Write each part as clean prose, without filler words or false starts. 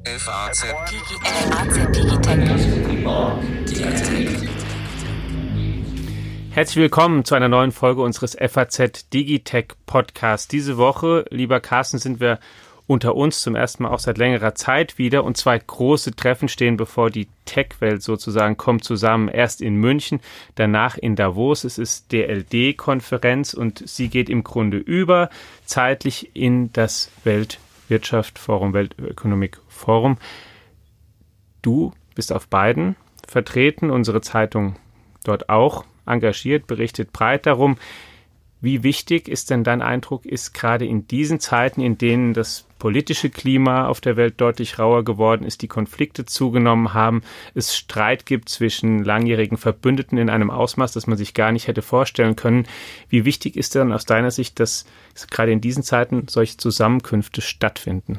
FAZ Herzlich willkommen zu einer neuen Folge unseres FAZ Digitech Podcasts. Diese Woche, lieber Carsten, sind wir unter uns zum ersten Mal auch seit längerer Zeit wieder und zwei große Treffen stehen bevor. Die Tech-Welt sozusagen kommt zusammen. Erst in München, danach in Davos. Es ist DLD-Konferenz und sie geht im Grunde über zeitlich in das Weltwirtschaftsforum, Weltökonomikforum. Du bist auf beiden vertreten, unsere Zeitung dort auch engagiert, berichtet breit darum. Wie wichtig ist denn dein Eindruck, ist gerade in diesen Zeiten, in denen das politische Klima auf der Welt deutlich rauer geworden ist, die Konflikte zugenommen haben, es Streit gibt zwischen langjährigen Verbündeten in einem Ausmaß, das man sich gar nicht hätte vorstellen können. Wie wichtig ist denn aus deiner Sicht, dass gerade in diesen Zeiten solche Zusammenkünfte stattfinden?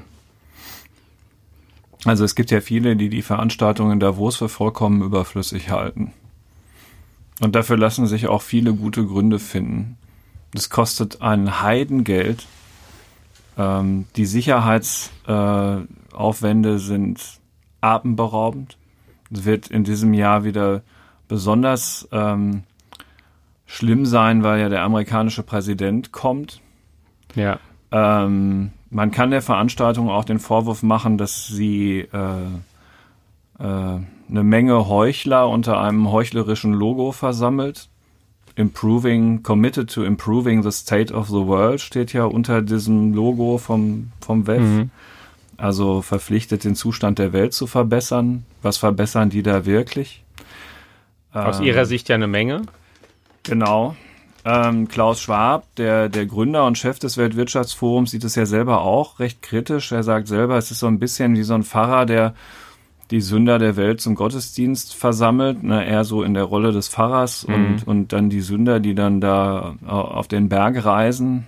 Also es gibt ja viele, die die Veranstaltungen in Davos für vollkommen überflüssig halten. Und dafür lassen sich auch viele gute Gründe finden. Das kostet ein Heidengeld. Die Sicherheitsaufwände sind atemberaubend. Es wird in diesem Jahr wieder besonders schlimm sein, weil ja der amerikanische Präsident kommt. Ja. Man kann der Veranstaltung auch den Vorwurf machen, dass sie eine Menge Heuchler unter einem heuchlerischen Logo versammelt. Committed to improving the state of the world steht ja unter diesem Logo vom WEF. Mhm. Also verpflichtet, den Zustand der Welt zu verbessern. Was verbessern die da wirklich? Aus ihrer Sicht ja eine Menge. Genau. Klaus Schwab, der Gründer und Chef des Weltwirtschaftsforums, sieht es ja selber auch recht kritisch. Er sagt selber, es ist so ein bisschen wie so ein Pfarrer, der die Sünder der Welt zum Gottesdienst versammelt, eher so in der Rolle des Pfarrers und dann die Sünder, die dann da auf den Berg reisen,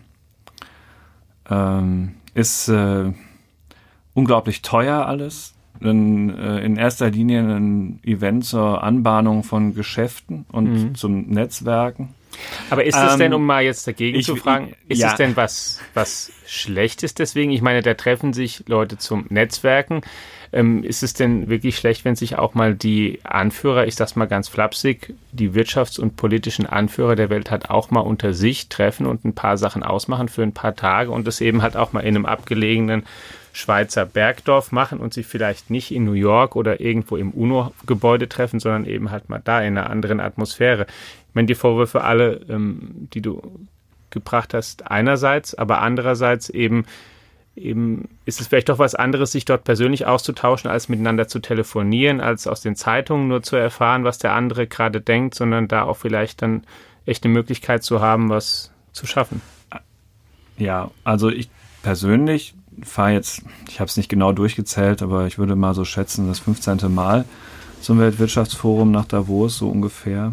ist unglaublich teuer alles. In erster Linie ein Event zur Anbahnung von Geschäften und zum Netzwerken. Aber ist es denn, um mal jetzt dagegen zu fragen, ist es denn was Schlechtes deswegen? Ich meine, da treffen sich Leute zum Netzwerken. Ist es denn wirklich schlecht, wenn sich auch mal die Anführer, ich sag's mal ganz flapsig, die wirtschafts- und politischen Anführer der Welt halt auch mal unter sich treffen und ein paar Sachen ausmachen für ein paar Tage und das eben halt auch mal in einem abgelegenen Schweizer Bergdorf machen und sich vielleicht nicht in New York oder irgendwo im UNO-Gebäude treffen, sondern eben halt mal da in einer anderen Atmosphäre. Ich meine, die Vorwürfe alle, die du gebracht hast, einerseits, aber andererseits eben ist es vielleicht doch was anderes, sich dort persönlich auszutauschen, als miteinander zu telefonieren, als aus den Zeitungen nur zu erfahren, was der andere gerade denkt, sondern da auch vielleicht dann echt eine Möglichkeit zu haben, was zu schaffen. Ja, also ich persönlich fahre jetzt, ich habe es nicht genau durchgezählt, aber ich würde mal so schätzen, das 15. Mal zum Weltwirtschaftsforum nach Davos, so ungefähr.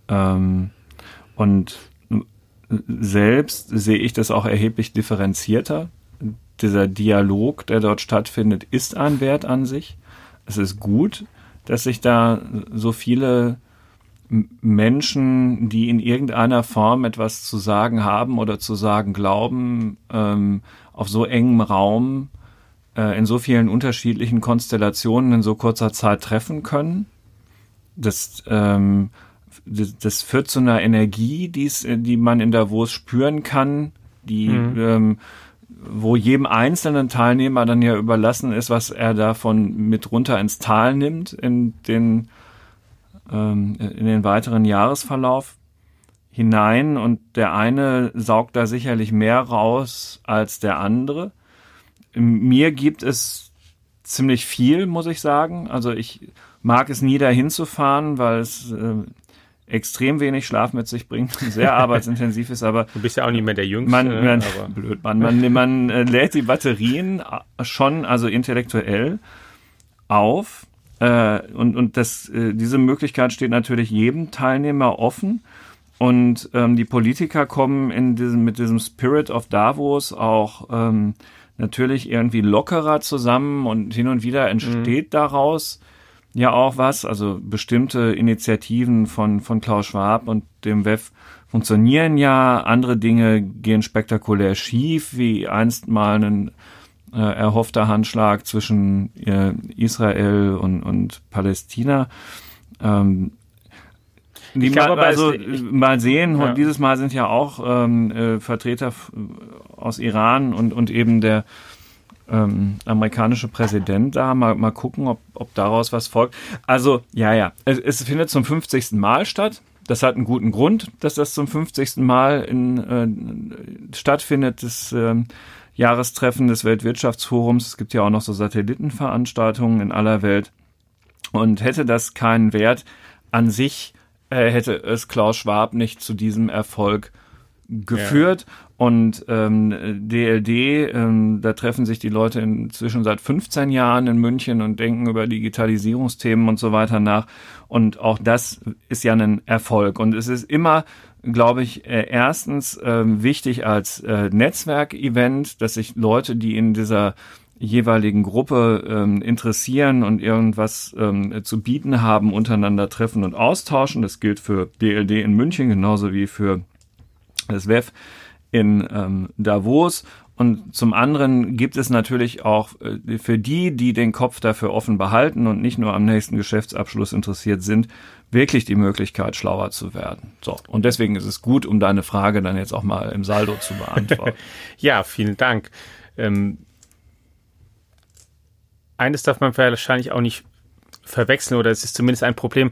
Und selbst sehe ich das auch erheblich differenzierter. Dieser Dialog, der dort stattfindet, ist ein Wert an sich. Es ist gut, dass sich da so viele Menschen, die in irgendeiner Form etwas zu sagen haben oder zu sagen glauben, auf so engem Raum, in so vielen unterschiedlichen Konstellationen in so kurzer Zeit treffen können. Das führt zu einer Energie, die man in Davos spüren kann, wo jedem einzelnen Teilnehmer dann ja überlassen ist, was er davon mit runter ins Tal nimmt in den weiteren Jahresverlauf hinein. Und der eine saugt da sicherlich mehr raus als der andere. Mir gibt es ziemlich viel, muss ich sagen. Also ich mag es nie, dahin zu fahren, weil es extrem wenig Schlaf mit sich bringt, sehr arbeitsintensiv ist, aber du bist ja auch nicht mehr der Jüngste. Man lädt die Batterien schon, also intellektuell, auf und diese Möglichkeit steht natürlich jedem Teilnehmer offen und die Politiker kommen mit diesem Spirit of Davos auch natürlich irgendwie lockerer zusammen und hin und wieder entsteht daraus ja auch was, also bestimmte Initiativen von Klaus Schwab und dem WEF funktionieren ja, andere Dinge gehen spektakulär schief, wie einst mal erhoffter Handschlag zwischen Israel und Palästina. Mal sehen, ja. Dieses Mal sind ja auch Vertreter aus Iran und eben der amerikanische Präsident da. Mal gucken, ob daraus was folgt. Also, es findet zum 50. Mal statt. Das hat einen guten Grund, dass das zum 50. Mal stattfindet, das Jahrestreffen des Weltwirtschaftsforums. Es gibt ja auch noch so Satellitenveranstaltungen in aller Welt. Und hätte das keinen Wert an sich, hätte es Klaus Schwab nicht zu diesem Erfolg geführt. Ja. Und DLD, da treffen sich die Leute inzwischen seit 15 Jahren in München und denken über Digitalisierungsthemen und so weiter nach. Und auch das ist ja ein Erfolg. Und es ist immer, glaube ich, erstens wichtig als Netzwerkevent, dass sich Leute, die in dieser jeweiligen Gruppe interessieren und irgendwas zu bieten haben, untereinander treffen und austauschen. Das gilt für DLD in München genauso wie für das WEF in Davos. Und zum anderen gibt es natürlich auch für die den Kopf dafür offen behalten und nicht nur am nächsten Geschäftsabschluss interessiert sind, wirklich die Möglichkeit, schlauer zu werden. So, und deswegen ist es gut, um deine Frage dann jetzt auch mal im Saldo zu beantworten. Ja, vielen Dank. Eines darf man wahrscheinlich auch nicht verwechseln, oder es ist zumindest ein Problem.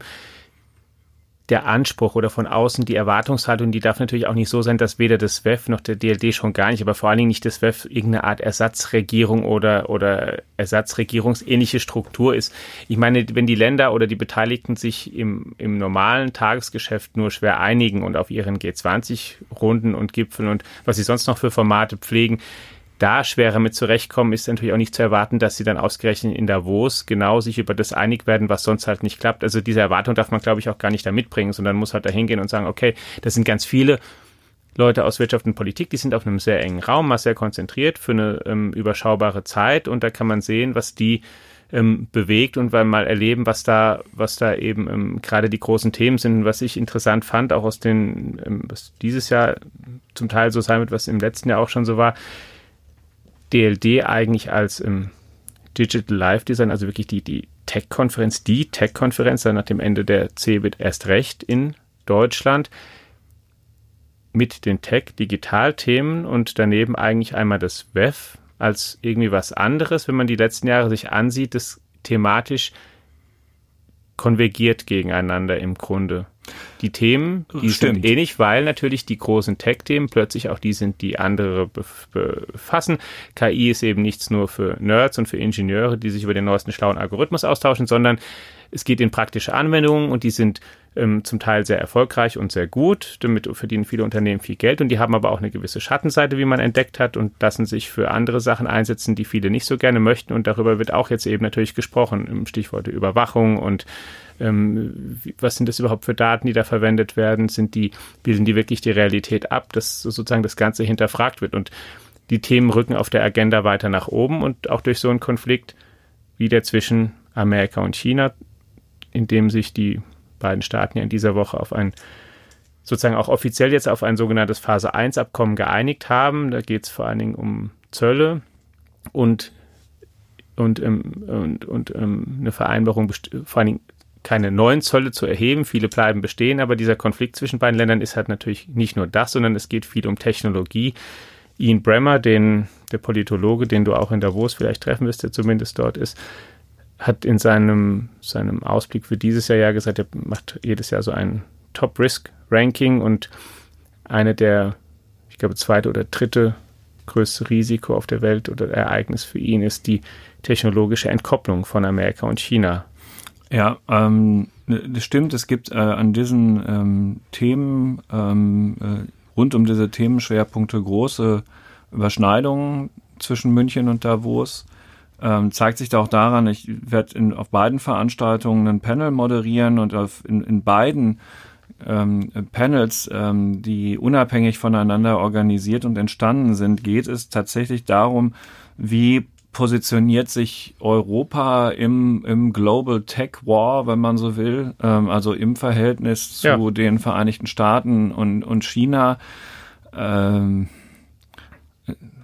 Der Anspruch oder von außen die Erwartungshaltung, die darf natürlich auch nicht so sein, dass weder das WEF noch der DLD schon gar nicht, aber vor allen Dingen nicht das WEF irgendeine Art Ersatzregierung oder ersatzregierungsähnliche Struktur ist. Ich meine, wenn die Länder oder die Beteiligten sich im normalen Tagesgeschäft nur schwer einigen und auf ihren G20-Runden und Gipfeln und was sie sonst noch für Formate pflegen, da schwerer mit zurechtkommen, ist natürlich auch nicht zu erwarten, dass sie dann ausgerechnet in Davos genau sich über das einig werden, was sonst halt nicht klappt. Also diese Erwartung darf man, glaube ich, auch gar nicht da mitbringen, sondern muss halt da hingehen und sagen, okay, das sind ganz viele Leute aus Wirtschaft und Politik, die sind auf einem sehr engen Raum, mal sehr konzentriert für eine überschaubare Zeit, und da kann man sehen, was die bewegt und mal erleben, was da eben gerade die großen Themen sind. Was ich interessant fand, auch aus was dieses Jahr zum Teil so sein wird, was im letzten Jahr auch schon so war, DLD eigentlich als Digital Life Design, also wirklich die Tech-Konferenz, dann nach dem Ende der CeBIT erst recht in Deutschland mit den Tech-Digital-Themen und daneben eigentlich einmal das WEF als irgendwie was anderes, wenn man die letzten Jahre sich ansieht, das thematisch konvergiert gegeneinander im Grunde. Die Themen, die sind ähnlich, weil natürlich die großen Tech-Themen plötzlich auch die sind, die andere befassen. KI ist eben nichts nur für Nerds und für Ingenieure, die sich über den neuesten schlauen Algorithmus austauschen, sondern es geht in praktische Anwendungen und die sind zum Teil sehr erfolgreich und sehr gut. Damit verdienen viele Unternehmen viel Geld und die haben aber auch eine gewisse Schattenseite, wie man entdeckt hat, und lassen sich für andere Sachen einsetzen, die viele nicht so gerne möchten, und darüber wird auch jetzt eben natürlich gesprochen, im Stichwort Überwachung und was sind das überhaupt für Daten, die da verwendet werden, bilden die wirklich die Realität ab, dass sozusagen das Ganze hinterfragt wird, und die Themen rücken auf der Agenda weiter nach oben, und auch durch so einen Konflikt wie der zwischen Amerika und China, in dem sich die beiden Staaten ja in dieser Woche sozusagen auch offiziell jetzt auf ein sogenanntes Phase-1-Abkommen geeinigt haben. Da geht es vor allen Dingen um Zölle und eine Vereinbarung, vor allen Dingen keine neuen Zölle zu erheben. Viele bleiben bestehen, aber dieser Konflikt zwischen beiden Ländern ist halt natürlich nicht nur das, sondern es geht viel um Technologie. Ian Bremmer, der Politologe, den du auch in Davos vielleicht treffen wirst, der zumindest dort ist, hat in seinem Ausblick für dieses Jahr gesagt, er macht jedes Jahr so ein Top-Risk-Ranking, und eine der, ich glaube, zweite oder dritte größte Risiko auf der Welt oder Ereignis für ihn ist die technologische Entkopplung von Amerika und China. Ja, das stimmt. Es gibt an diesen Themen, rund um diese Themenschwerpunkte, große Überschneidungen zwischen München und Davos. Zeigt sich da auch daran, ich werde auf beiden Veranstaltungen ein Panel moderieren, und in beiden Panels, die unabhängig voneinander organisiert und entstanden sind, geht es tatsächlich darum, wie positioniert sich Europa im Global Tech War, wenn man so will, also im Verhältnis zu den Vereinigten Staaten und China.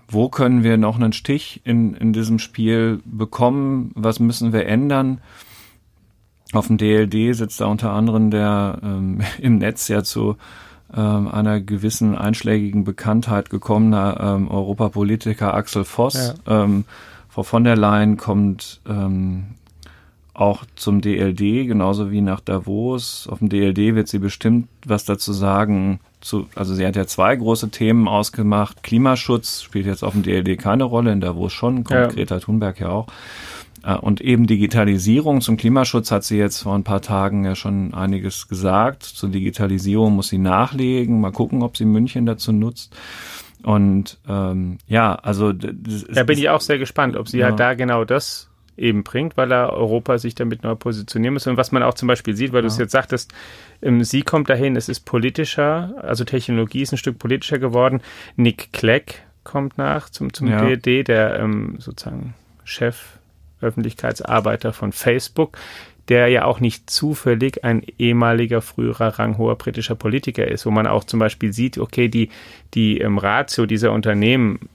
wo können wir noch einen Stich in diesem Spiel bekommen? Was müssen wir ändern? Auf dem DLD sitzt da unter anderem der im Netz ja zu einer gewissen einschlägigen Bekanntheit gekommener Europapolitiker Axel Voss. Ja. Frau von der Leyen kommt auch zum DLD, genauso wie nach Davos. Auf dem DLD wird sie bestimmt was dazu sagen. Also sie hat ja 2 große Themen ausgemacht. Klimaschutz spielt jetzt auf dem DLD keine Rolle, in Davos schon, kommt Greta Thunberg ja auch. Und eben Digitalisierung. Zum Klimaschutz hat sie jetzt vor ein paar Tagen ja schon einiges gesagt. Zur Digitalisierung muss sie nachlegen. Mal gucken, ob sie München dazu nutzt. Und also da bin ich auch sehr gespannt, ob sie halt da genau das eben bringt, weil Europa sich damit neu positionieren muss. Und was man auch zum Beispiel sieht, weil du es jetzt sagtest, sie kommt dahin, es ist politischer, also Technologie ist ein Stück politischer geworden. Nick Clegg kommt nach zum DLD, der sozusagen Chef Öffentlichkeitsarbeiter von Facebook, der ja auch nicht zufällig ein ehemaliger, früherer ranghoher britischer Politiker ist, wo man auch zum Beispiel sieht, okay, die Ratio dieser Unternehmen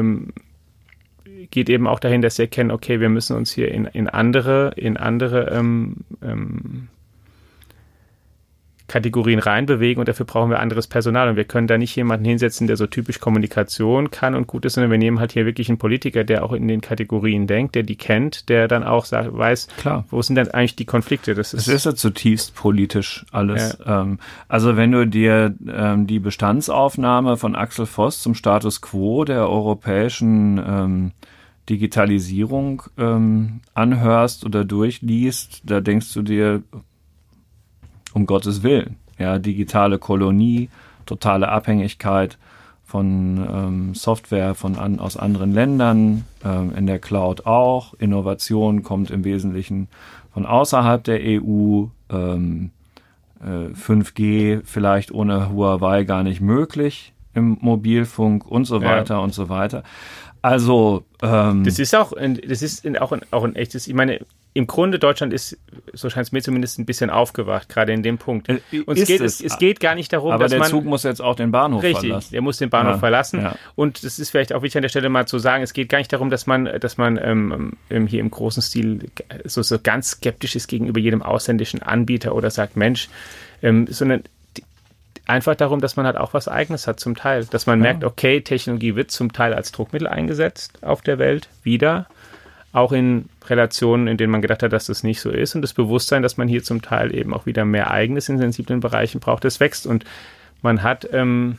geht eben auch dahin, dass sie erkennen, okay, wir müssen uns hier in andere Kategorien reinbewegen und dafür brauchen wir anderes Personal und wir können da nicht jemanden hinsetzen, der so typisch Kommunikation kann und gut ist, sondern wir nehmen halt hier wirklich einen Politiker, der auch in den Kategorien denkt, der die kennt, der dann auch weiß, klar, wo sind denn eigentlich die Konflikte? Es ist ja zutiefst politisch alles. Ja. Also wenn du dir die Bestandsaufnahme von Axel Voss zum Status Quo der europäischen Digitalisierung anhörst oder durchliest, da denkst du dir, um Gottes Willen. Ja, digitale Kolonie, totale Abhängigkeit von Software aus anderen Ländern, in der Cloud auch. Innovation kommt im Wesentlichen von außerhalb der EU. 5G vielleicht ohne Huawei gar nicht möglich im Mobilfunk und so weiter und so weiter. Also das ist auch ein echtes, ich meine, im Grunde Deutschland ist, so scheint es mir zumindest, ein bisschen aufgewacht, gerade in dem Punkt. Und es geht gar nicht darum, aber dass der Zug muss jetzt auch den Bahnhof verlassen. Richtig, der muss den Bahnhof verlassen. Ja. Und das ist vielleicht auch wichtig an der Stelle mal zu sagen, es geht gar nicht darum, dass man hier im großen Stil so ganz skeptisch ist gegenüber jedem ausländischen Anbieter oder sagt, Mensch, sondern einfach darum, dass man halt auch was Eigenes hat zum Teil. Dass man merkt, okay, Technologie wird zum Teil als Druckmittel eingesetzt auf der Welt, wieder. Auch in Relationen, in denen man gedacht hat, dass das nicht so ist. Und das Bewusstsein, dass man hier zum Teil eben auch wieder mehr Eigenes in sensiblen Bereichen braucht, das wächst. Und man hat eben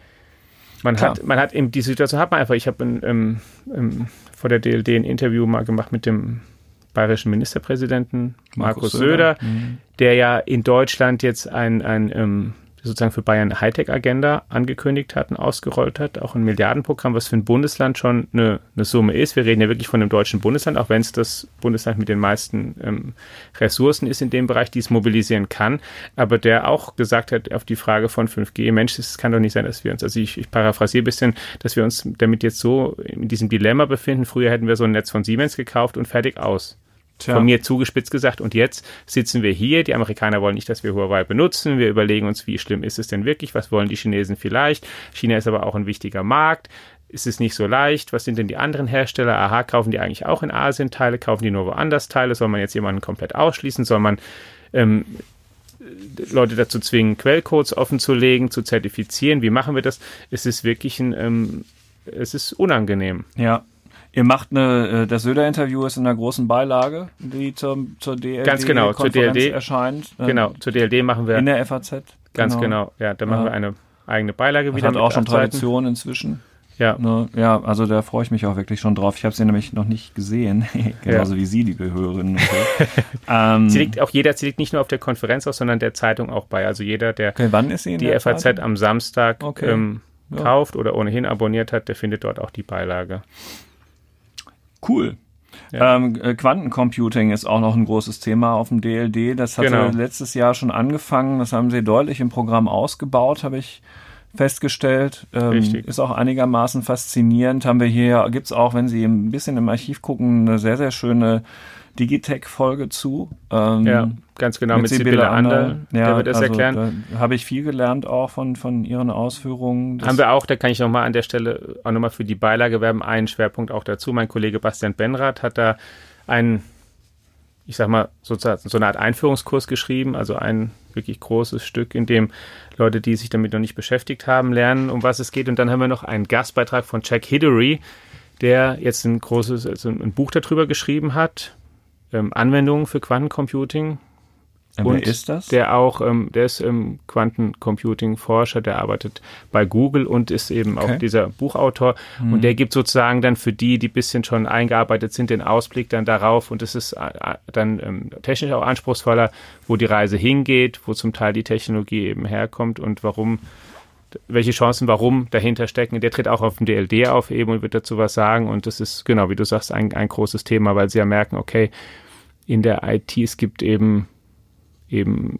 die Situation, ich habe vor der DLD ein Interview mal gemacht mit dem bayerischen Ministerpräsidenten Markus Söder, der ja in Deutschland jetzt sozusagen für Bayern eine Hightech-Agenda angekündigt hat und ausgerollt hat, auch ein Milliardenprogramm, was für ein Bundesland schon eine Summe ist. Wir reden ja wirklich von einem deutschen Bundesland, auch wenn es das Bundesland mit den meisten Ressourcen ist in dem Bereich, die es mobilisieren kann, aber der auch gesagt hat auf die Frage von 5G, Mensch, es kann doch nicht sein, dass wir uns, also ich paraphrasiere ein bisschen, dass wir uns damit jetzt so in diesem Dilemma befinden. Früher hätten wir so ein Netz von Siemens gekauft und fertig aus. Tja. Von mir zugespitzt gesagt. Und jetzt sitzen wir hier. Die Amerikaner wollen nicht, dass wir Huawei benutzen. Wir überlegen uns, wie schlimm ist es denn wirklich? Was wollen die Chinesen vielleicht? China ist aber auch ein wichtiger Markt. Ist es nicht so leicht? Was sind denn die anderen Hersteller? Aha, kaufen die eigentlich auch in Asien Teile? Kaufen die nur woanders Teile? Soll man jetzt jemanden komplett ausschließen? Soll man Leute dazu zwingen, Quellcodes offen zu legen, zu zertifizieren? Wie machen wir das? Es ist wirklich es ist unangenehm. Ja. Ihr macht das Söder-Interview ist in der großen Beilage, die zur DLD ganz genau, zur DLD erscheint. Genau, zur DLD machen wir in der FAZ. Ganz genau. Ja, da machen wir eine eigene Beilage wieder. Das hat auch schon Tradition inzwischen. Ja. Ja, also da freue ich mich auch wirklich schon drauf. Ich habe sie nämlich noch nicht gesehen, genauso wie Sie, liebe Hörerinnen und so. Sie liegt nicht nur auf der Konferenz aus, sondern der Zeitung auch bei. Also jeder, der wann ist sie in die der FAZ Zeitung? Am Samstag kauft oder ohnehin abonniert hat, der findet dort auch die Beilage. Cool. Ja. Quantencomputing ist auch noch ein großes Thema auf dem DLD. Das hatte letztes Jahr schon angefangen. Das haben sie deutlich im Programm ausgebaut, habe ich festgestellt. Ist auch einigermaßen faszinierend. Gibt's auch, wenn Sie ein bisschen im Archiv gucken, eine sehr, sehr schöne Digitech-Folge zu. Ja, ganz genau, mit Sibylle Anderl, der wird das erklären. Da habe ich viel gelernt auch von Ihren Ausführungen. Haben wir auch, da kann ich nochmal an der Stelle auch nochmal für die Beilage werben, einen Schwerpunkt auch dazu. Mein Kollege Bastian Benrath hat da einen, ich sag mal, sozusagen so eine Art Einführungskurs geschrieben, also ein wirklich großes Stück, in dem Leute, die sich damit noch nicht beschäftigt haben, lernen, um was es geht. Und dann haben wir noch einen Gastbeitrag von Jack Hidary, der jetzt ein Buch darüber geschrieben hat, Anwendungen für Quantencomputing. Wer ist das? Der ist Quantencomputing-Forscher, der arbeitet bei Google und ist eben auch dieser Buchautor. Und der gibt sozusagen dann für die ein bisschen schon eingearbeitet sind, den Ausblick dann darauf. Und es ist dann technisch auch anspruchsvoller, wo die Reise hingeht, wo zum Teil die Technologie eben herkommt und welche Chancen warum dahinter stecken. Der tritt auch auf dem DLD auf eben und wird dazu was sagen. Und das ist, genau, wie du sagst, ein großes Thema, weil sie ja merken, okay, in der IT, es gibt eben, wenn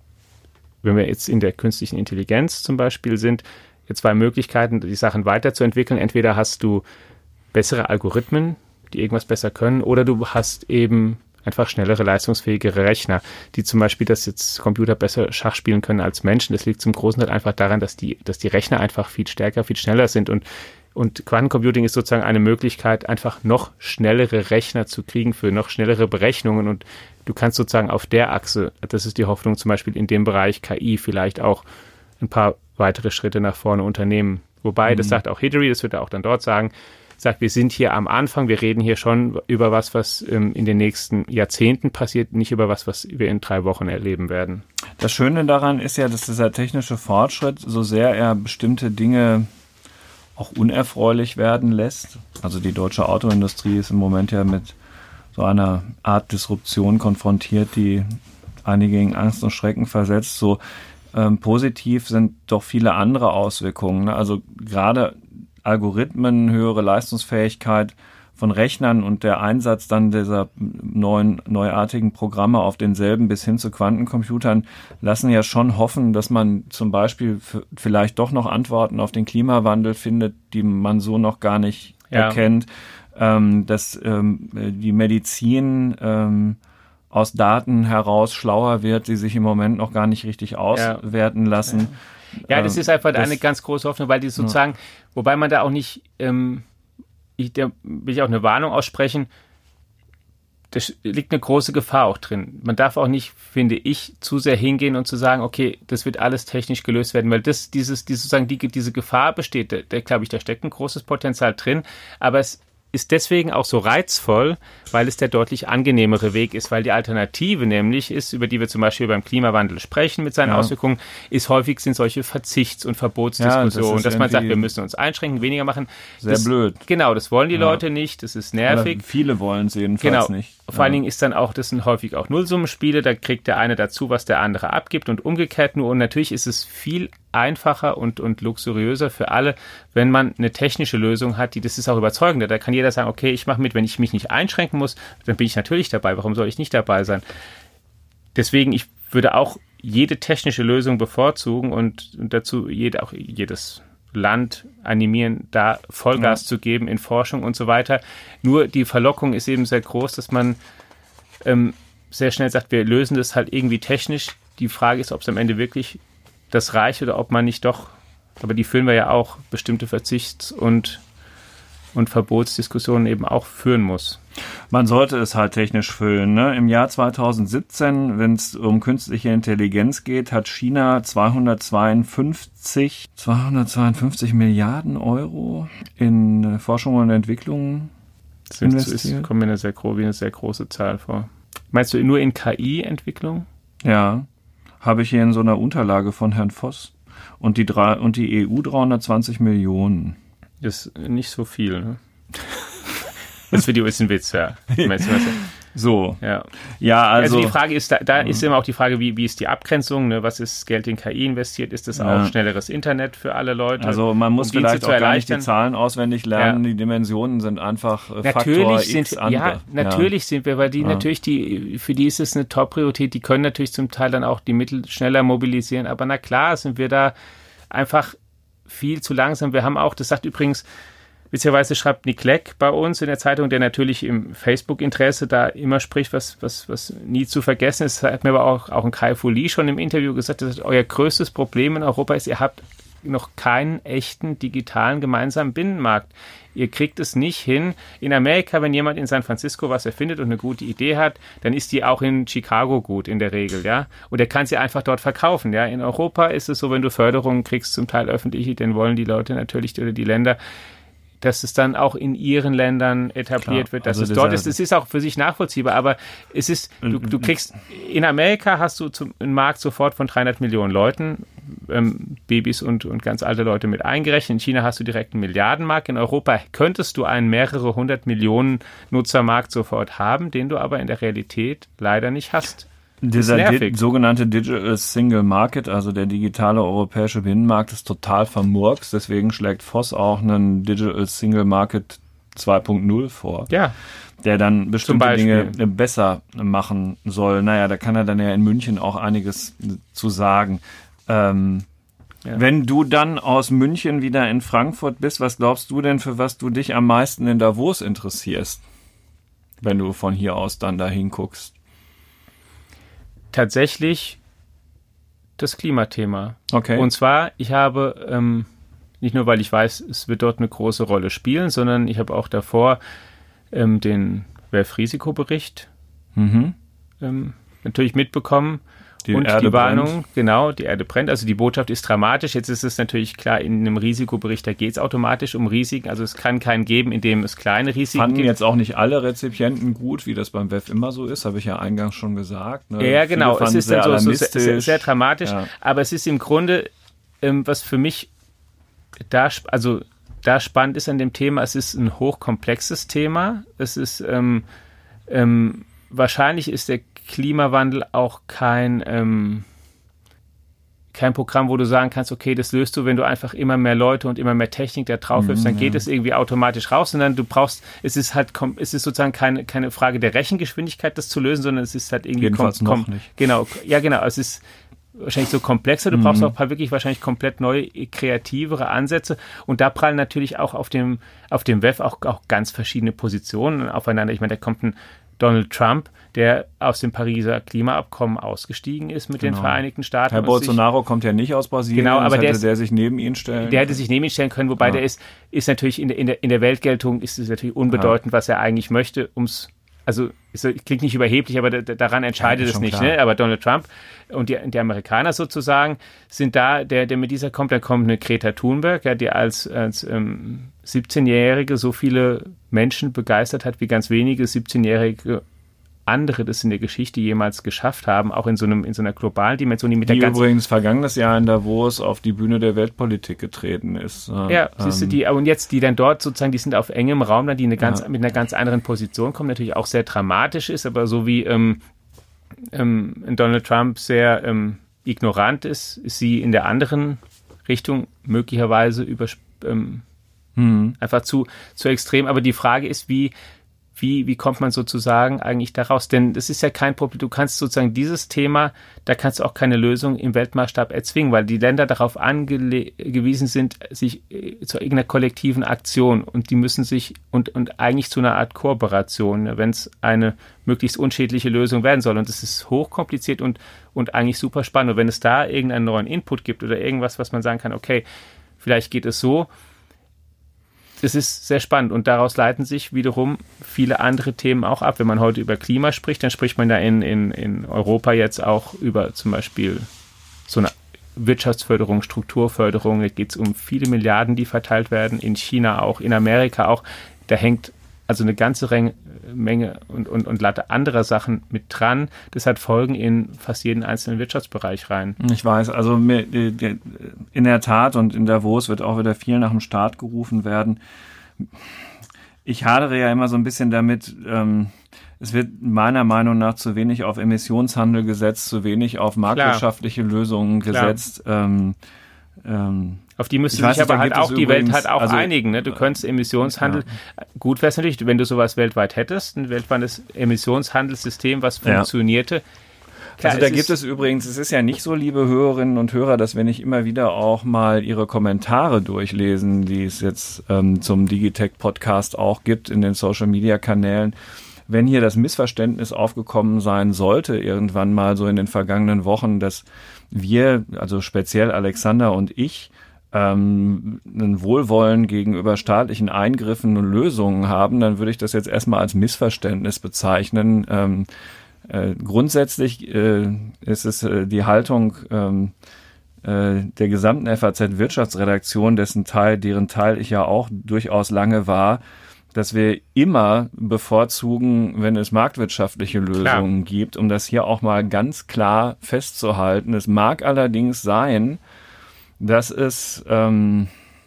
wir jetzt in der künstlichen Intelligenz zum Beispiel sind, jetzt zwei Möglichkeiten, die Sachen weiterzuentwickeln. Entweder hast du bessere Algorithmen, die irgendwas besser können, oder du hast eben einfach schnellere, leistungsfähigere Rechner, die zum Beispiel, dass jetzt Computer besser Schach spielen können als Menschen. Das liegt zum großen Teil einfach daran, dass die Rechner einfach viel stärker, viel schneller sind und Quantencomputing ist sozusagen eine Möglichkeit, einfach noch schnellere Rechner zu kriegen für noch schnellere Berechnungen und du kannst sozusagen auf der Achse, das ist die Hoffnung zum Beispiel in dem Bereich KI vielleicht auch ein paar weitere Schritte nach vorne unternehmen. Wobei, das sagt auch Hidary, das wird er auch dann dort sagen, sagt, wir sind hier am Anfang, wir reden hier schon über was in den nächsten Jahrzehnten passiert, nicht über was wir in 3 Wochen erleben werden. Das Schöne daran ist ja, dass dieser technische Fortschritt, so sehr er bestimmte Dinge auch unerfreulich werden lässt. Also die deutsche Autoindustrie ist im Moment ja mit so einer Art Disruption konfrontiert, die einige in Angst und Schrecken versetzt. So positiv sind doch viele andere Auswirkungen. Ne? Also gerade Algorithmen, höhere Leistungsfähigkeit von Rechnern und der Einsatz dann dieser neuartigen Programme auf denselben bis hin zu Quantencomputern lassen ja schon hoffen, dass man zum Beispiel vielleicht doch noch Antworten auf den Klimawandel findet, die man so noch gar nicht erkennt, dass die Medizin aus Daten heraus schlauer wird, die sich im Moment noch gar nicht richtig auswerten lassen. Ja, das ist einfach eine ganz große Hoffnung, weil die sozusagen, wobei man da auch nicht, da will ich auch eine Warnung aussprechen, da liegt eine große Gefahr auch drin. Man darf auch nicht, finde ich, zu sehr hingehen und zu sagen, okay, das wird alles technisch gelöst werden, weil diese Gefahr besteht, glaube ich, da steckt ein großes Potenzial drin, aber es ist deswegen auch so reizvoll, weil es der deutlich angenehmere Weg ist, weil die Alternative nämlich ist, über die wir zum Beispiel beim Klimawandel sprechen mit seinen Auswirkungen, sind solche Verzichts- und Verbotsdiskussionen, dass man sagt, wir müssen uns einschränken, weniger machen. Sehr blöd. Genau, das wollen die Leute nicht, das ist nervig. Aber viele wollen es jedenfalls nicht. Vor allen Dingen ist dann auch, das sind häufig auch Nullsummenspiele, da kriegt der eine dazu, was der andere abgibt und umgekehrt nur. Und natürlich ist es viel einfacher und luxuriöser für alle, wenn man eine technische Lösung hat, das ist auch überzeugender. Da kann jeder sagen, okay, ich mache mit, wenn ich mich nicht einschränken muss, dann bin ich natürlich dabei. Warum soll ich nicht dabei sein? Deswegen, ich würde auch jede technische Lösung bevorzugen und dazu jedes Land animieren, da Vollgas zu geben in Forschung und so weiter. Nur die Verlockung ist eben sehr groß, dass man sehr schnell sagt, wir lösen das halt irgendwie technisch. Die Frage ist, ob es am Ende wirklich das reicht oder ob man nicht doch, aber die führen wir ja auch, bestimmte Verzichts- und Verbotsdiskussionen eben auch führen muss. Man sollte es halt technisch füllen. Ne? Im Jahr 2017, wenn es um künstliche Intelligenz geht, hat China 252 Milliarden Euro in Forschung und Entwicklung investiert. Kommt mir eine sehr große Zahl vor. Meinst du nur in KI-Entwicklung? Ja, habe ich hier in so einer Unterlage von Herrn Voss. Und die EU 320 Millionen. Das ist nicht so viel, ne? Das Video ist ein Witz, ja. So. Ja, also die Frage ist, da ist immer auch die Frage, wie ist die Abgrenzung, ne? Was ist Geld in KI investiert? Ist das auch schnelleres Internet für alle Leute? Also man muss vielleicht auch gar nicht die Zahlen auswendig lernen, die Dimensionen sind einfach Faktor X andere. Ja, natürlich sind wir, weil für die ist es eine Top-Priorität, die können natürlich zum Teil dann auch die Mittel schneller mobilisieren, aber na klar sind wir da einfach viel zu langsam. Wir haben auch, das sagt übrigens Witzigerweise schreibt Nick Clegg bei uns in der Zeitung, der natürlich im Facebook-Interesse da immer spricht, was nie zu vergessen ist. Das hat mir aber auch ein Kai Fu Lee schon im Interview gesagt, dass euer größtes Problem in Europa ist, ihr habt noch keinen echten digitalen gemeinsamen Binnenmarkt. Ihr kriegt es nicht hin. In Amerika, wenn jemand in San Francisco was erfindet und eine gute Idee hat, dann ist die auch in Chicago gut in der Regel, ja. Und er kann sie einfach dort verkaufen, ja. In Europa ist es so, wenn du Förderungen kriegst, zum Teil öffentliche, dann wollen die Leute natürlich oder die Länder, dass es dann auch in ihren Ländern etabliert wird, dass es dort ist. Es ist auch für sich nachvollziehbar, aber es ist, du kriegst, in Amerika hast du einen Markt sofort von 300 Millionen Leuten, Babys und ganz alte Leute mit eingerechnet. In China hast du direkt einen Milliardenmarkt. In Europa könntest du einen mehrere 100 Millionen Nutzermarkt sofort haben, den du aber in der Realität leider nicht hast. Dieser sogenannte Digital Single Market, also der digitale europäische Binnenmarkt, ist total vermurkst. Deswegen schlägt Voss auch einen Digital Single Market 2.0 vor. Ja. Der dann bestimmte Dinge besser machen soll. Naja, da kann er dann ja in München auch einiges zu sagen. Wenn du dann aus München wieder in Frankfurt bist, was glaubst du denn, für was du dich am meisten in Davos interessierst? Wenn du von hier aus dann dahin guckst. Tatsächlich das Klimathema. Okay. Und zwar, ich habe, nicht nur, weil ich weiß, es wird dort eine große Rolle spielen, sondern ich habe auch davor den WEF-Risikobericht natürlich mitbekommen. Die Warnung, genau, die Erde brennt. Also die Botschaft ist dramatisch. Jetzt ist es natürlich klar, in einem Risikobericht, da geht es automatisch um Risiken. Also es kann keinen geben, in dem es kleine Risiken gibt. Fanden jetzt auch nicht alle Rezipienten gut, wie das beim WEF immer so ist, habe ich ja eingangs schon gesagt. Ne? Ja, genau. Es ist dann so sehr dramatisch. Ja. Aber es ist im Grunde, was für mich da spannend ist an dem Thema, es ist ein hochkomplexes Thema. Es ist wahrscheinlich ist der Klimawandel auch kein Programm, wo du sagen kannst, okay, das löst du, wenn du einfach immer mehr Leute und immer mehr Technik da drauf wirfst, dann geht es irgendwie automatisch raus, sondern du brauchst, es ist sozusagen keine Frage der Rechengeschwindigkeit, das zu lösen, sondern es ist halt irgendwie jedenfalls noch nicht. Genau, es ist wahrscheinlich so komplexer, du brauchst auch wirklich wahrscheinlich komplett neue, kreativere Ansätze und da prallen natürlich auch auf dem WEF auch ganz verschiedene Positionen aufeinander. Ich meine, da kommt ein Donald Trump, der aus dem Pariser Klimaabkommen ausgestiegen ist mit den Vereinigten Staaten. Herr Bolsonaro kommt ja nicht aus Brasilien, genau, aber der sich neben ihn stellen. Der hätte sich neben ihn stellen können, wobei der ist natürlich in der Weltgeltung ist es natürlich unbedeutend, was er eigentlich möchte, klingt nicht überheblich, aber daran entscheidet es nicht. Ne? Aber Donald Trump und die Amerikaner sozusagen sind da, der mit dieser kommt. Dann kommt eine Greta Thunberg, die als 17-Jährige so viele Menschen begeistert hat, wie ganz wenige 17-Jährige andere das in der Geschichte jemals geschafft haben, auch in so einer globalen Dimension. Die übrigens vergangenes Jahr in Davos auf die Bühne der Weltpolitik getreten ist. Ja, siehst du, und jetzt die dann dort sozusagen, die sind auf engem Raum, dann die mit einer ganz anderen Position kommen, natürlich auch sehr dramatisch ist, aber so wie Donald Trump sehr ignorant ist sie in der anderen Richtung möglicherweise einfach zu extrem. Aber die Frage ist, wie kommt man sozusagen eigentlich daraus? Denn das ist ja kein Problem. Du kannst sozusagen dieses Thema, da kannst du auch keine Lösung im Weltmaßstab erzwingen, weil die Länder darauf angewiesen sind, sich zu irgendeiner kollektiven Aktion und die müssen sich und eigentlich zu einer Art Kooperation, wenn es eine möglichst unschädliche Lösung werden soll. Und das ist hochkompliziert und eigentlich super spannend. Und wenn es da irgendeinen neuen Input gibt oder irgendwas, was man sagen kann, okay, vielleicht geht es so, es ist sehr spannend und daraus leiten sich wiederum viele andere Themen auch ab. Wenn man heute über Klima spricht, dann spricht man da in Europa jetzt auch über zum Beispiel so eine Wirtschaftsförderung, Strukturförderung. Da geht es um viele Milliarden, die verteilt werden. In China auch, in Amerika auch. Da hängt also eine ganze Menge und Latte anderer Sachen mit dran. Das hat Folgen in fast jeden einzelnen Wirtschaftsbereich rein. Ich weiß, also in der Tat und in Davos wird auch wieder viel nach dem Staat gerufen werden. Ich hadere ja immer so ein bisschen damit, es wird meiner Meinung nach zu wenig auf Emissionshandel gesetzt, zu wenig auf marktwirtschaftliche Lösungen gesetzt. Auf die müsste sich aber halt auch die Welt halt auch einigen. Ne? Du könntest Emissionshandel, gut wäre es natürlich, wenn du sowas weltweit hättest, ein weltweites Emissionshandelssystem, was funktionierte. klar. Also da gibt es übrigens, es ist ja nicht so, liebe Hörerinnen und Hörer, dass wir nicht immer wieder auch mal Ihre Kommentare durchlesen, die es jetzt zum Digitech-Podcast auch gibt in den Social-Media-Kanälen. Wenn hier das Missverständnis aufgekommen sein sollte, irgendwann mal so in den vergangenen Wochen, dass wir, also speziell Alexander und ich, ein Wohlwollen gegenüber staatlichen Eingriffen und Lösungen haben, dann würde ich das jetzt erstmal als Missverständnis bezeichnen. Grundsätzlich ist es die Haltung der gesamten FAZ-Wirtschaftsredaktion, deren Teil ich ja auch durchaus lange war, dass wir immer bevorzugen, wenn es marktwirtschaftliche Lösungen gibt, um das hier auch mal ganz klar festzuhalten. Es mag allerdings sein, dass es an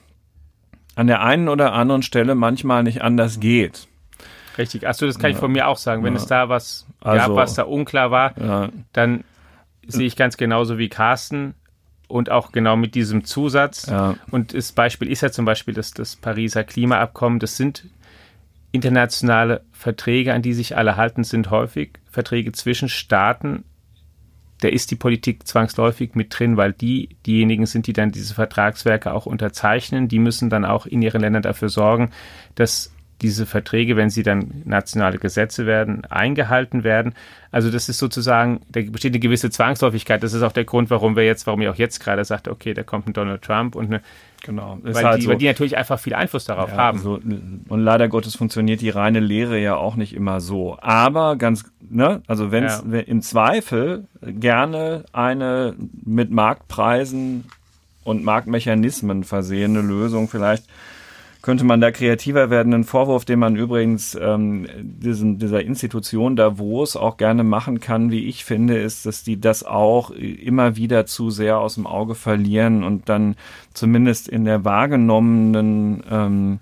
der einen oder anderen Stelle manchmal nicht anders geht. Richtig, achso, das kann ich von mir auch sagen. Wenn es da was gab, was da unklar war, dann sehe ich ganz genauso wie Carsten und auch genau mit diesem Zusatz. Ja. Und das Beispiel ist ja zum Beispiel das Pariser Klimaabkommen. Das sind internationale Verträge, an die sich alle halten, sind häufig Verträge zwischen Staaten. Da ist die Politik zwangsläufig mit drin, weil diejenigen sind, die dann diese Vertragswerke auch unterzeichnen. Die müssen dann auch in ihren Ländern dafür sorgen, dass diese Verträge, wenn sie dann nationale Gesetze werden, eingehalten werden. Also das ist sozusagen, da besteht eine gewisse Zwangsläufigkeit. Das ist auch der Grund, warum ihr auch jetzt gerade sagt, okay, da kommt ein Donald Trump und weil die natürlich einfach viel Einfluss darauf haben. So, und leider Gottes funktioniert die reine Lehre ja auch nicht immer so. Aber also wenn es im Zweifel gerne eine mit Marktpreisen und Marktmechanismen versehene Lösung, vielleicht könnte man da kreativer werden. Ein Vorwurf, den man übrigens dieser Institution Davos auch gerne machen kann, wie ich finde, ist, dass die das auch immer wieder zu sehr aus dem Auge verlieren und dann zumindest in der wahrgenommenen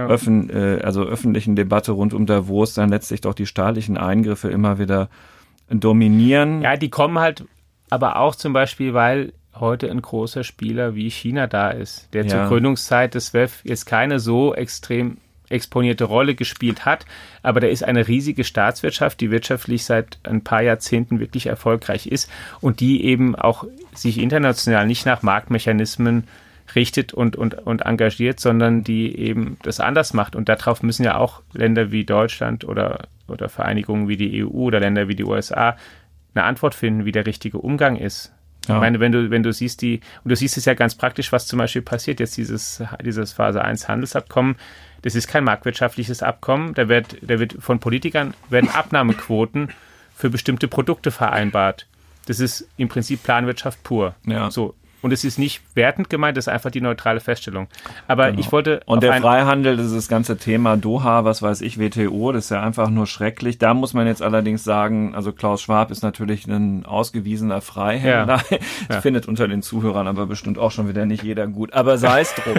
öffentlichen Debatte rund um Davos dann letztlich doch die staatlichen Eingriffe immer wieder dominieren. Ja, die kommen halt aber auch zum Beispiel, weil heute ein großer Spieler wie China da ist, der zur Gründungszeit des WEF jetzt keine so extrem exponierte Rolle gespielt hat, aber da ist eine riesige Staatswirtschaft, die wirtschaftlich seit ein paar Jahrzehnten wirklich erfolgreich ist und die eben auch sich international nicht nach Marktmechanismen richtet und engagiert, sondern die eben das anders macht. Und darauf müssen ja auch Länder wie Deutschland oder Vereinigungen wie die EU oder Länder wie die USA eine Antwort finden, wie der richtige Umgang ist. Ja. Ich meine, wenn du siehst und du siehst es ja ganz praktisch, was zum Beispiel passiert, jetzt dieses Phase 1 Handelsabkommen, das ist kein marktwirtschaftliches Abkommen, da wird von Politikern werden Abnahmequoten für bestimmte Produkte vereinbart. Das ist im Prinzip Planwirtschaft pur. Ja. So. Und es ist nicht wertend gemeint, das ist einfach die neutrale Feststellung. Aber ich wollte... Und der Freihandel, das ist das ganze Thema Doha, was weiß ich, WTO, das ist ja einfach nur schrecklich. Da muss man jetzt allerdings sagen, also Klaus Schwab ist natürlich ein ausgewiesener Freihändler. Ja. Findet unter den Zuhörern aber bestimmt auch schon wieder nicht jeder gut. Aber sei es drum.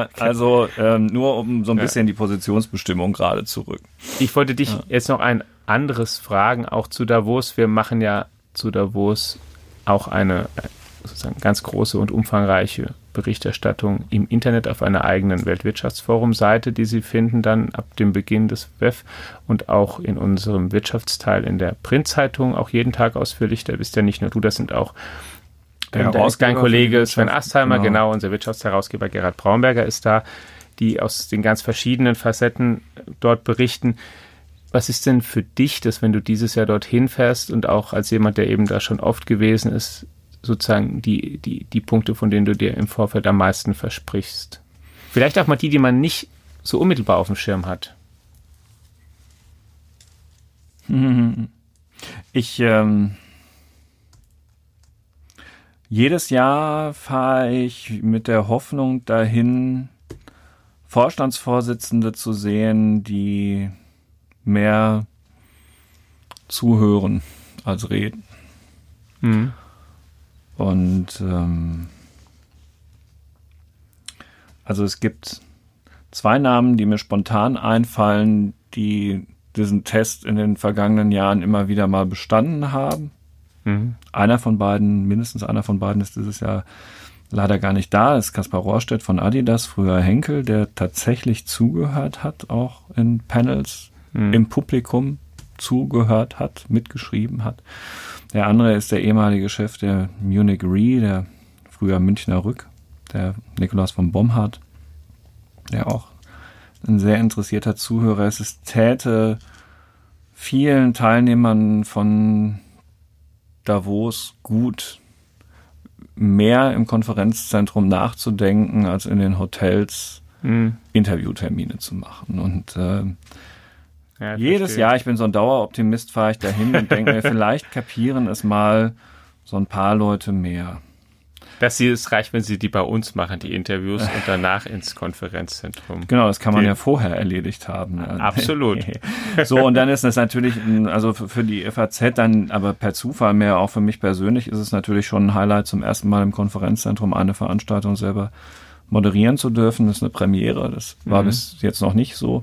Also nur um so ein bisschen die Positionsbestimmung gerade zu rücken. Ich wollte dich jetzt noch ein anderes fragen, auch zu Davos. Wir machen ja zu Davos auch eine sozusagen ganz große und umfangreiche Berichterstattung im Internet auf einer eigenen Weltwirtschaftsforum-Seite, die Sie finden dann ab dem Beginn des WEF und auch in unserem Wirtschaftsteil in der Printzeitung auch jeden Tag ausführlich. Da bist ja nicht nur du, das sind auch dein Kollege Sven Astheimer, genau, unser Wirtschaftsherausgeber Gerhard Braunberger ist da, die aus den ganz verschiedenen Facetten dort berichten. Was ist denn für dich, dass wenn du dieses Jahr dorthin fährst und auch als jemand, der eben da schon oft gewesen ist, sozusagen die Punkte, von denen du dir im Vorfeld am meisten versprichst? Vielleicht auch mal die man nicht so unmittelbar auf dem Schirm hat. Jedes Jahr fahre ich mit der Hoffnung dahin, Vorstandsvorsitzende zu sehen, die mehr zuhören als reden. Mhm. Und also es gibt 2 Namen, die mir spontan einfallen, die diesen Test in den vergangenen Jahren immer wieder mal bestanden haben. Mhm. Mindestens einer von beiden ist dieses Jahr leider gar nicht da. Das ist Kaspar Rohrstedt von Adidas, früher Henkel, der tatsächlich zugehört hat, auch in Panels, im Publikum, zugehört hat, mitgeschrieben hat. Der andere ist der ehemalige Chef der Munich Re, der früher Münchner Rück, der Nikolaus von Bomhard, der auch ein sehr interessierter Zuhörer ist. Es täte vielen Teilnehmern von Davos gut, mehr im Konferenzzentrum nachzudenken, als in den Hotels Interviewtermine zu machen. Und jedes Jahr, ich bin so ein Daueroptimist, fahre ich dahin und denke mir, vielleicht kapieren es mal so ein paar Leute mehr. Es reicht, wenn Sie die bei uns machen, die Interviews, und danach ins Konferenzzentrum. Genau, das kann man ja vorher erledigt haben. Absolut. So, und dann ist es natürlich, also für die FAZ dann, aber per Zufall mehr, auch für mich persönlich, ist es natürlich schon ein Highlight, zum ersten Mal im Konferenzzentrum eine Veranstaltung selber moderieren zu dürfen. Das ist eine Premiere. Das war bis jetzt noch nicht so.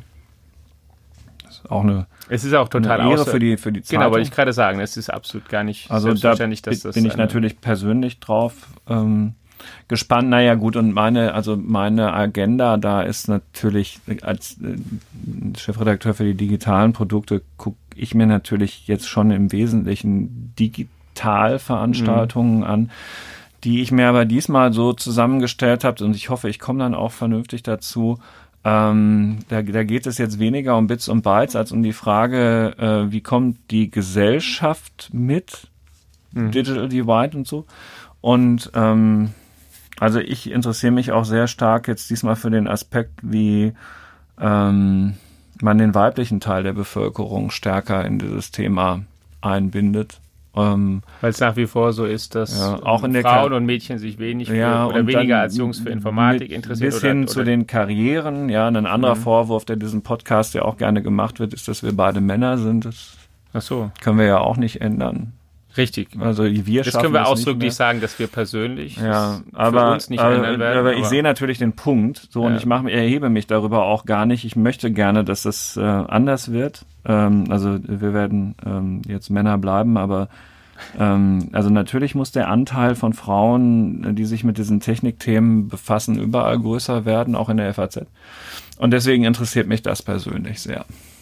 Das ist auch es ist auch total eine Ehre für die Zeitung. Genau, wollte ich gerade sagen. Es ist absolut gar nicht selbstverständlich, dass das... bin ich natürlich persönlich drauf gespannt. Naja, gut, und meine Agenda da ist natürlich, als Chefredakteur für die digitalen Produkte, gucke ich mir natürlich jetzt schon im Wesentlichen Digitalveranstaltungen an, die ich mir aber diesmal so zusammengestellt habe, und ich hoffe, ich komme dann auch vernünftig dazu. Da geht es jetzt weniger um Bits und Bytes als um die Frage, wie kommt die Gesellschaft mit Digital Divide und so. Und also ich interessiere mich auch sehr stark jetzt diesmal für den Aspekt, wie man den weiblichen Teil der Bevölkerung stärker in dieses Thema einbindet. Weil es nach wie vor so ist, dass auch in der Frauen und Mädchen sich wenig oder weniger als Jungs für Informatik interessieren. Bis hin zu den Karrieren. Ja, ein anderer Vorwurf, der diesem Podcast ja auch gerne gemacht wird, ist, dass wir beide Männer sind. Das können wir ja auch nicht ändern. Richtig. Also das können wir ausdrücklich sagen, dass wir persönlich für uns nicht ändern werden. Aber ich sehe natürlich den Punkt. So, und ich erhebe mich darüber auch gar nicht. Ich möchte gerne, dass das anders wird. Also wir werden jetzt Männer bleiben, aber also natürlich muss der Anteil von Frauen, die sich mit diesen Technikthemen befassen, überall größer werden, auch in der FAZ. Und deswegen interessiert mich das persönlich sehr.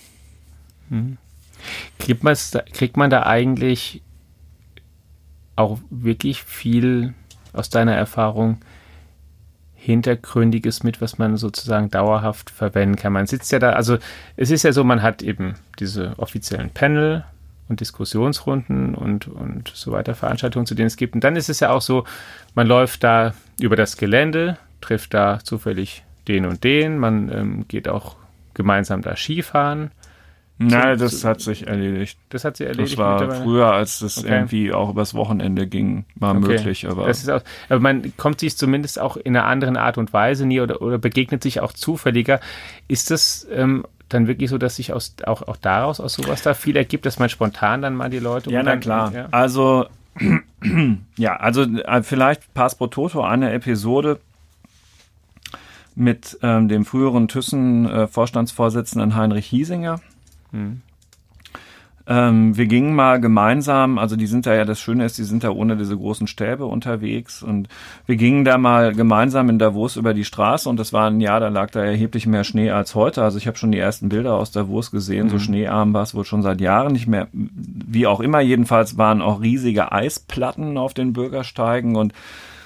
Kriegt man da eigentlich auch wirklich viel aus deiner Erfahrung Hintergründiges mit, was man sozusagen dauerhaft verwenden kann? Man sitzt ja da, also es ist ja so, man hat eben diese offiziellen Panel und Diskussionsrunden und so weiter, Veranstaltungen, zu denen es gibt. Und dann ist es ja auch so, man läuft da über das Gelände, trifft da zufällig den und den, man geht auch gemeinsam da Skifahren. Nein, das hat sich erledigt. Das hat sich erledigt. Das war früher, als das irgendwie auch übers Wochenende ging, war möglich. Aber man kommt sich zumindest auch in einer anderen Art und Weise nie oder begegnet sich auch zufälliger. Ist das dann wirklich so, dass sich auch daraus aus sowas da viel ergibt, dass man spontan dann mal die Leute... Ja, na klar. Ja. Also vielleicht Pass pro Toto, eine Episode mit dem früheren Thyssen-Vorstandsvorsitzenden Heinrich Hiesinger. Wir gingen mal gemeinsam, also die sind da, das Schöne ist, die sind da ohne diese großen Stäbe unterwegs, und wir gingen da mal gemeinsam in Davos über die Straße, und das war ein Jahr, da lag da erheblich mehr Schnee als heute. Also ich habe schon die ersten Bilder aus Davos gesehen, so schneearm war es wohl schon seit Jahren nicht mehr. Wie auch immer, jedenfalls waren auch riesige Eisplatten auf den Bürgersteigen, und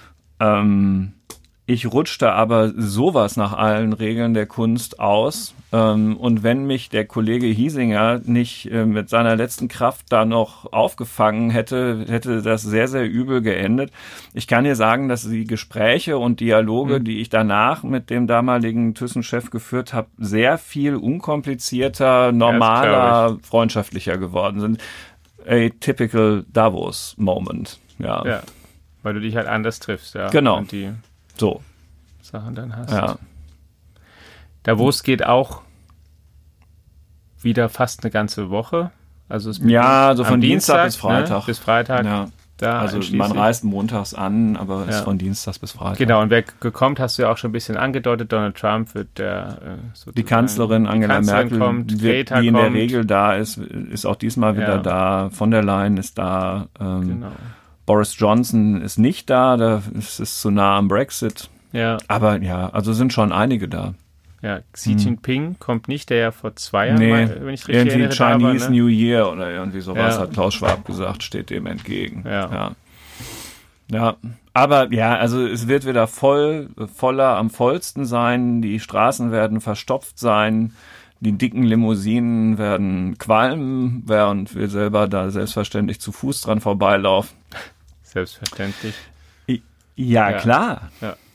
ich rutschte aber sowas nach allen Regeln der Kunst aus. Und wenn mich der Kollege Hiesinger nicht mit seiner letzten Kraft da noch aufgefangen hätte das sehr, sehr übel geendet. Ich kann dir sagen, dass die Gespräche und Dialoge, die ich danach mit dem damaligen Thyssen-Chef geführt habe, sehr viel unkomplizierter, normaler, freundschaftlicher geworden sind. A typical Davos Moment. Ja, weil du dich halt anders triffst. Ja. Genau. Und die Sachen dann hast. Ja. Davos geht auch wieder fast eine ganze Woche. Also es so von Dienstag bis Freitag. Ne? Bis Freitag. Ja. Also man reist montags an, aber ist von Dienstags bis Freitag. Genau, und wer kommt, hast du ja auch schon ein bisschen angedeutet. Donald Trump wird die Kanzlerin Angela Merkel kommt, die in der Regel da ist auch diesmal wieder da. Von der Leyen ist da. Genau. Boris Johnson ist nicht da, da ist es zu nah am Brexit. Ja. Aber also sind schon einige da. Ja, Xi Jinping kommt nicht, der ja vor 2 Jahren, wenn ich richtig erinnere, Chinese da war, ne? New Year oder irgendwie sowas, hat Klaus Schwab gesagt, steht dem entgegen. Ja. Aber ja, also es wird wieder voller am vollsten sein, die Straßen werden verstopft sein, die dicken Limousinen werden qualmen, während wir selber da selbstverständlich zu Fuß dran vorbeilaufen. Selbstverständlich. Ja, klar.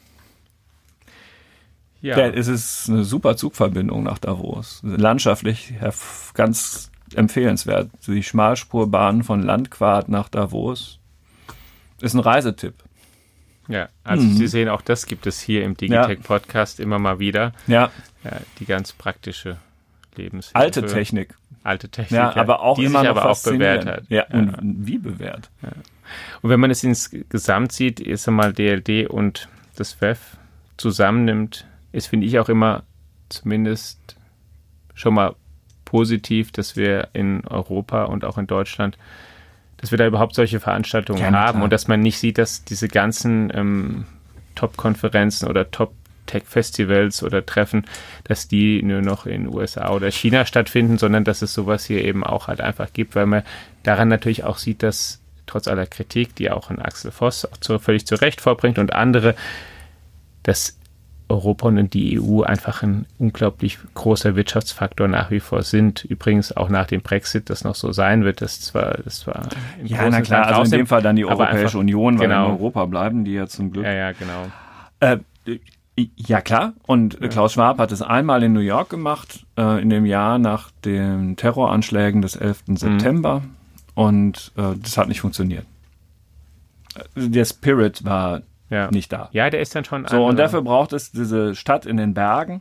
Ja. Es ist eine super Zugverbindung nach Davos. Landschaftlich ganz empfehlenswert. Die Schmalspurbahn von Landquart nach Davos ist ein Reisetipp. Ja, also Sie sehen, auch das gibt es hier im Digitech-Podcast immer mal wieder. Ja. Die ganz praktische Lebenshilfe. Alte Technik. Ja, aber auch die immer sich noch aber auch bewährt hat. Ja, und wie bewährt. Ja. Und wenn man es insgesamt sieht, ist einmal DLD und das WEF zusammennimmt, ist, finde ich, auch immer zumindest schon mal positiv, dass wir in Europa und auch in Deutschland, dass wir da überhaupt solche Veranstaltungen haben klar. und dass man nicht sieht, dass diese ganzen Top-Konferenzen oder Top-Tech-Festivals oder Treffen, dass die nur noch in USA oder China stattfinden, sondern dass es sowas hier eben auch halt einfach gibt, weil man daran natürlich auch sieht, dass trotz aller Kritik, die auch ein Axel Voss auch völlig zu Recht vorbringt und andere, dass Europa und die EU einfach ein unglaublich großer Wirtschaftsfaktor nach wie vor sind. Übrigens auch nach dem Brexit das noch so sein wird. Das war ja, na klar, also in dem Fall dann die Europäische Union, weil in Europa bleiben die ja zum Glück. Ja, genau. Ja, klar. Und Klaus Schwab hat es einmal in New York gemacht, in dem Jahr nach den Terroranschlägen des 11. September. Und das hat nicht funktioniert. Der Spirit war nicht da. Ja, der ist dann schon so, und dafür braucht es diese Stadt in den Bergen.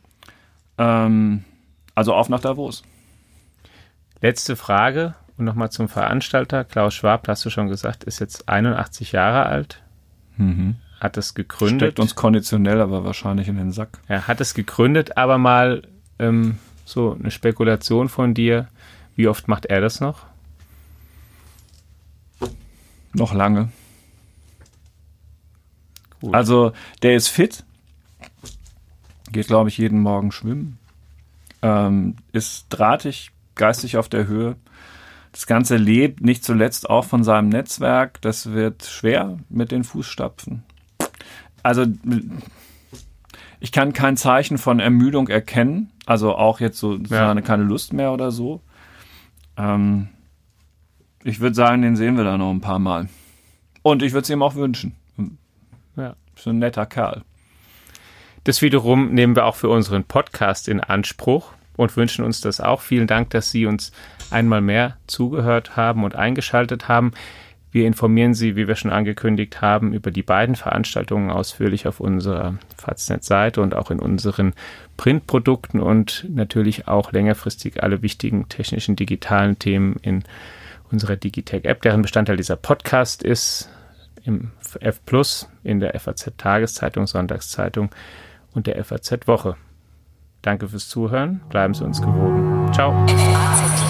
Also auf nach Davos. Letzte Frage und nochmal zum Veranstalter. Klaus Schwab, hast du schon gesagt, ist jetzt 81 Jahre alt. Hat es gegründet. Steckt uns konditionell aber wahrscheinlich in den Sack. Er hat es gegründet, aber mal so eine Spekulation von dir. Wie oft macht er das noch? Noch lange. Gut. Also der ist fit, geht, glaube ich, jeden Morgen schwimmen, ist drahtig, geistig auf der Höhe. Das Ganze lebt nicht zuletzt auch von seinem Netzwerk. Das wird schwer mit den Fußstapfen. Also ich kann kein Zeichen von Ermüdung erkennen, also auch jetzt so keine Lust mehr oder so. Ich würde sagen, den sehen wir da noch ein paar Mal. Und ich würde es ihm auch wünschen. Ja. Ist ein netter Kerl. Das wiederum nehmen wir auch für unseren Podcast in Anspruch und wünschen uns das auch. Vielen Dank, dass Sie uns einmal mehr zugehört haben und eingeschaltet haben. Wir informieren Sie, wie wir schon angekündigt haben, über die beiden Veranstaltungen ausführlich auf unserer Faznet-Seite und auch in unseren Printprodukten und natürlich auch längerfristig alle wichtigen technischen, digitalen Themen in unserer Digitech-App, deren Bestandteil dieser Podcast ist, im F+, in der FAZ-Tageszeitung, Sonntagszeitung und der FAZ-Woche. Danke fürs Zuhören. Bleiben Sie uns gewogen. Ciao.